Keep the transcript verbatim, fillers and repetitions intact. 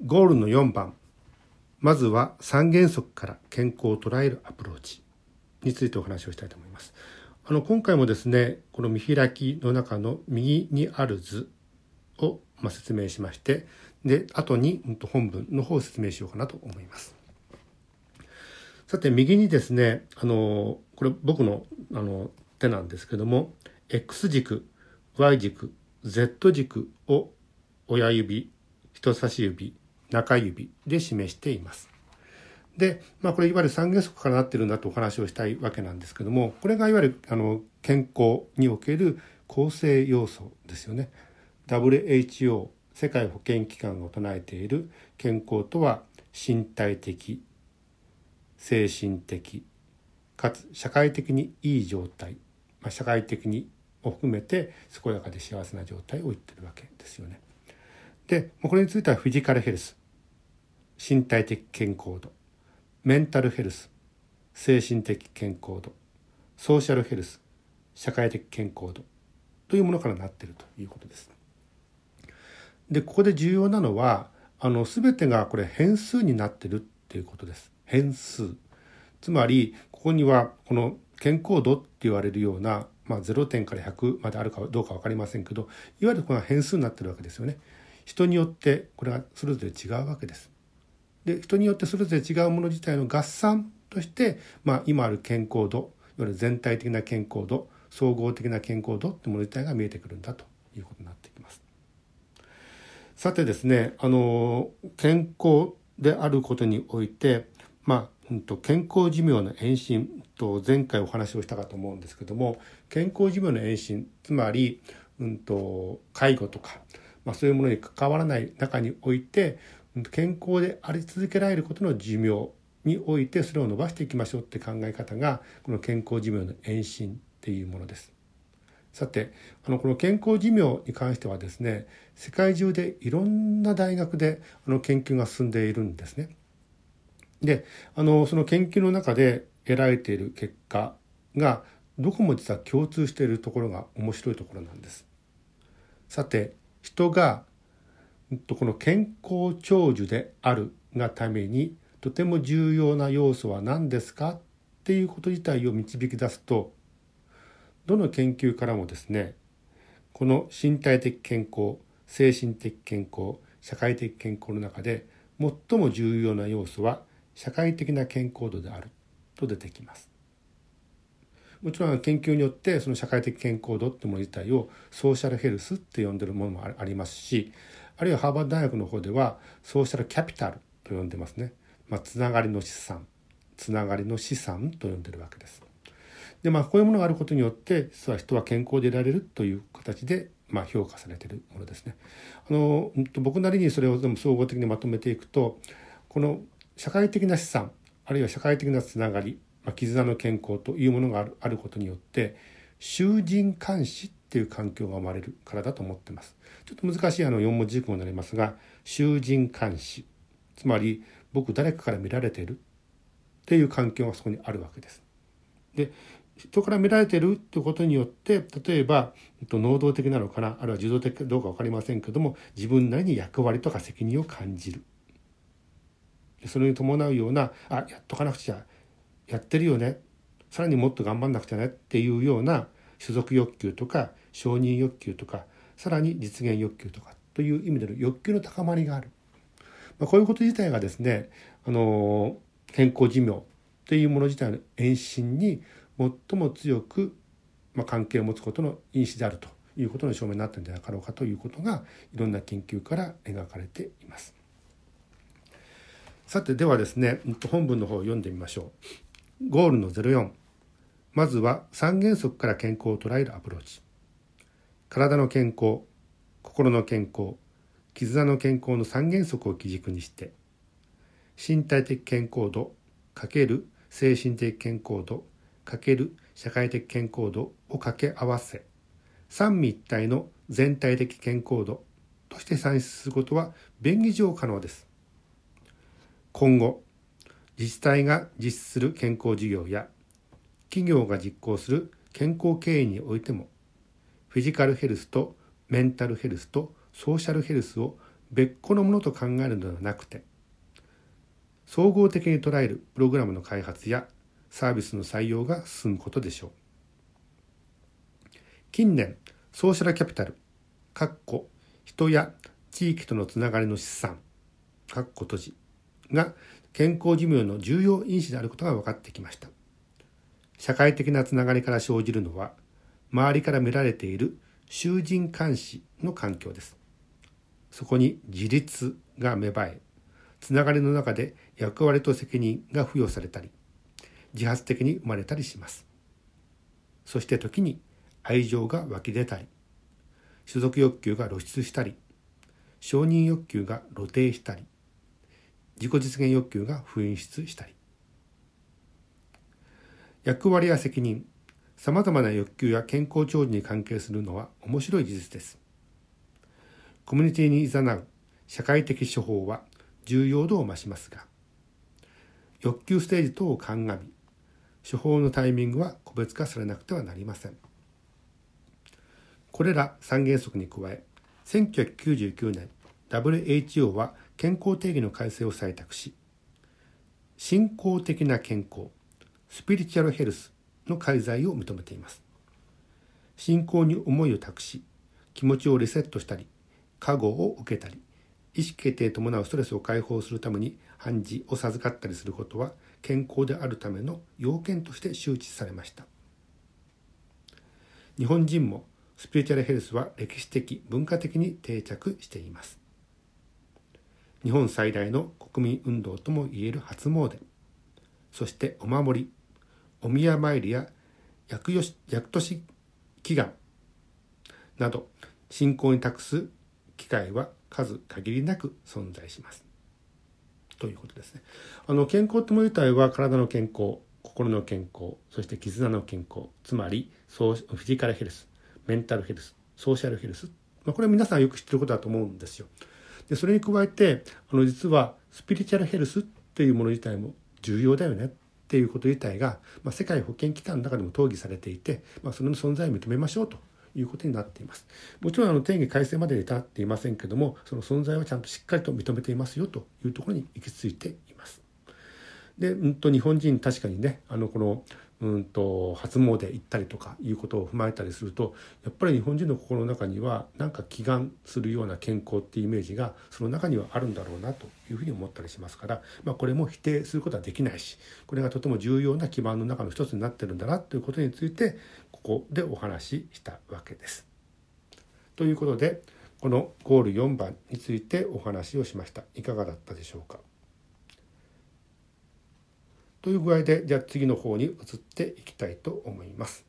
ゴールのよんばん、まずは三原則から健康を捉えるアプローチについてお話をしたいと思います。あの今回もですね、この見開きの中の右にある図をまあ説明しまして、で後に本文の方を説明しようかなと思います。さて右にですね、あのこれ僕のあの手なんですけども、 X 軸、Y 軸、Z 軸を親指、人差し指、中指で示しています。で、まあ、これいわゆる三原則からなっているんだとお話をしたいわけなんですけども、これがいわゆるあの健康における構成要素ですよね。 ダブリューエイチオー 世界保健機関が唱えている健康とは身体的、精神的かつ社会的にいい状態、まあ、社会的にを含めて健やかで幸せな状態を言ってるわけですよね。でこれについてはフィジカルヘルス、身体的健康度、メンタルヘルス、精神的健康度、ソーシャルヘルス、社会的健康度というものからなっているということです。でここで重要なのはあの全てがこれ変数になっているっていうことです。変数、つまりここにはこの健康度って言われるような、まあ、ゼロてんからひゃくまであるかどうか分かりませんけど、いわゆるこれが変数になっているわけですよね。人によってこれがそれぞれ違うわけです。で人によってそれぞれ違うもの自体の合算として、まあ、今ある健康度、いわゆる全体的な健康度、総合的な健康度というもの自体が見えてくるんだということになってきます。さてですね、あの健康であることにおいて、まあ、健康寿命の延伸と前回お話をしたかと思うんですけども、健康寿命の延伸、つまり、うん、と介護とか、まあ、そういうものに関わらない中において健康であり続けられることの寿命においてそれを伸ばしていきましょうって考え方がこの健康寿命の延伸っていうものです。さてあのこの健康寿命に関してはですね、世界中でいろんな大学であの研究が進んでいるんですね。であのその研究の中で得られている結果がどこも実は共通しているところが面白いところなんです。さて人がこの健康長寿であるがためにとても重要な要素は何ですかっていうこと自体を導き出すと、どの研究からもですね、この身体的健康、精神的健康、社会的健康の中で最も重要な要素は社会的な健康度であると出てきます。もちろん研究によってその社会的健康度ってもの自体をソーシャルヘルスって呼んでるものもありますし、あるいはハーバード大学の方ではソーシャルキャピタルと呼んでますね。まあ、つながりの資産、つながりの資産と呼んでるわけです。でまあこういうものがあることによって実は人は健康でいられるという形でまあ評価されているものですね。あの僕なりにそれを全部総合的にまとめていくと、この社会的な資産あるいは社会的なつながり、まあ、絆の健康というものがある、あることによって衆人監視っていう環境が生まれるからだと思っています。ちょっと難しいあのよん文字熟語になりますが、衆人監視、つまり僕誰かから見られているっていう環境がそこにあるわけです。で人から見られているということによって、例えば能動的なのかな、あるいは受動的かどうか分かりませんけども、自分なりに役割とか責任を感じる。それに伴うような、あ、やっとかなくちゃ、やってるよね、さらにもっと頑張んなくちゃねっていうような所属欲求とか承認欲求とか、さらに実現欲求とかという意味での欲求の高まりがある。まあ、こういうこと自体がですね、あの健康寿命というもの自体の延伸に最も強く、まあ、関係を持つことの因子であるということの証明になったんじゃなかろうかということがいろんな研究から描かれています。さてではですね、本文の方を読んでみましょう。ゴールのゼロよん、まずは三原則から健康を捉えるアプローチ。体の健康、心の健康、絆の健康の三原則を基軸にして、身体的健康度×精神的健康度×社会的健康度を掛け合わせ、三位一体の全体的健康度として算出することは便宜上可能です。今後、自治体が実施する健康事業や企業が実行する健康経営においても、フィジカルヘルスとメンタルヘルスとソーシャルヘルスを別個のものと考えるのではなくて、総合的に捉えるプログラムの開発やサービスの採用が進むことでしょう。近年、ソーシャルキャピタル、人や地域とのつながりの資産、閉じが健康寿命の重要因子であることが分かってきました。社会的なつながりから生じるのは、周りから見られている衆人監視の環境です。そこに自立が芽生え、つながりの中で役割と責任が付与されたり、自発的に生まれたりします。そして時に愛情が湧き出たり、所属欲求が露出したり、承認欲求が露呈したり、自己実現欲求が噴出したり。役割や責任、さまざまな欲求や健康長寿に関係するのは面白い事実です。コミュニティに誘う社会的処方は重要度を増しますが、欲求ステージ等を鑑み、処方のタイミングは個別化されなくてはなりません。これら三原則に加え、せんきゅうひゃくきゅうじゅうきゅうねん ダブリューエイチオー は健康定義の改正を採択し、信仰的な健康、スピリチュアルヘルスの介在を認めています。信仰に思いを託し、気持ちをリセットしたり、加護を受けたり、意思決定に伴うストレスを解放するために判事を授かったりすることは、健康であるための要件として周知されました。日本人もスピリチュアルヘルスは歴史的、文化的に定着しています。日本最大の国民運動ともいえる初詣、そしてお守り、お宮参りや厄年祈願など信仰に託す機会は数限りなく存在します。ということですね。あの健康ってもの自体は体の健康、心の健康、そして絆の健康、つまりフィジカルヘルス、メンタルヘルス、ソーシャルヘルス、まあ、これは皆さんよく知ってることだと思うんですよ。でそれに加えてあの実はスピリチュアルヘルスっていうもの自体も重要だよねっていうこと自体が、まあ、世界保健機関の中でも討議されていて、まあ、その存在を認めましょうということになっています。もちろんあの定義改正までに至っていませんけども、その存在はちゃんとしっかりと認めていますよというところに行き着いています。で、うんと日本人確かにね、あのこのうんと初詣行ったりとかいうことを踏まえたりすると、やっぱり日本人の心の中にはなんか祈願するような健康っていうイメージがその中にはあるんだろうなというふうに思ったりしますから、まあ、これも否定することはできないし、これがとても重要な基盤の中の一つになってるんだなということについてここでお話ししたわけです。ということでこのゴールよんばんについてお話をしました。いかがだったでしょうか。という具合で、じゃあ次の方に移っていきたいと思います。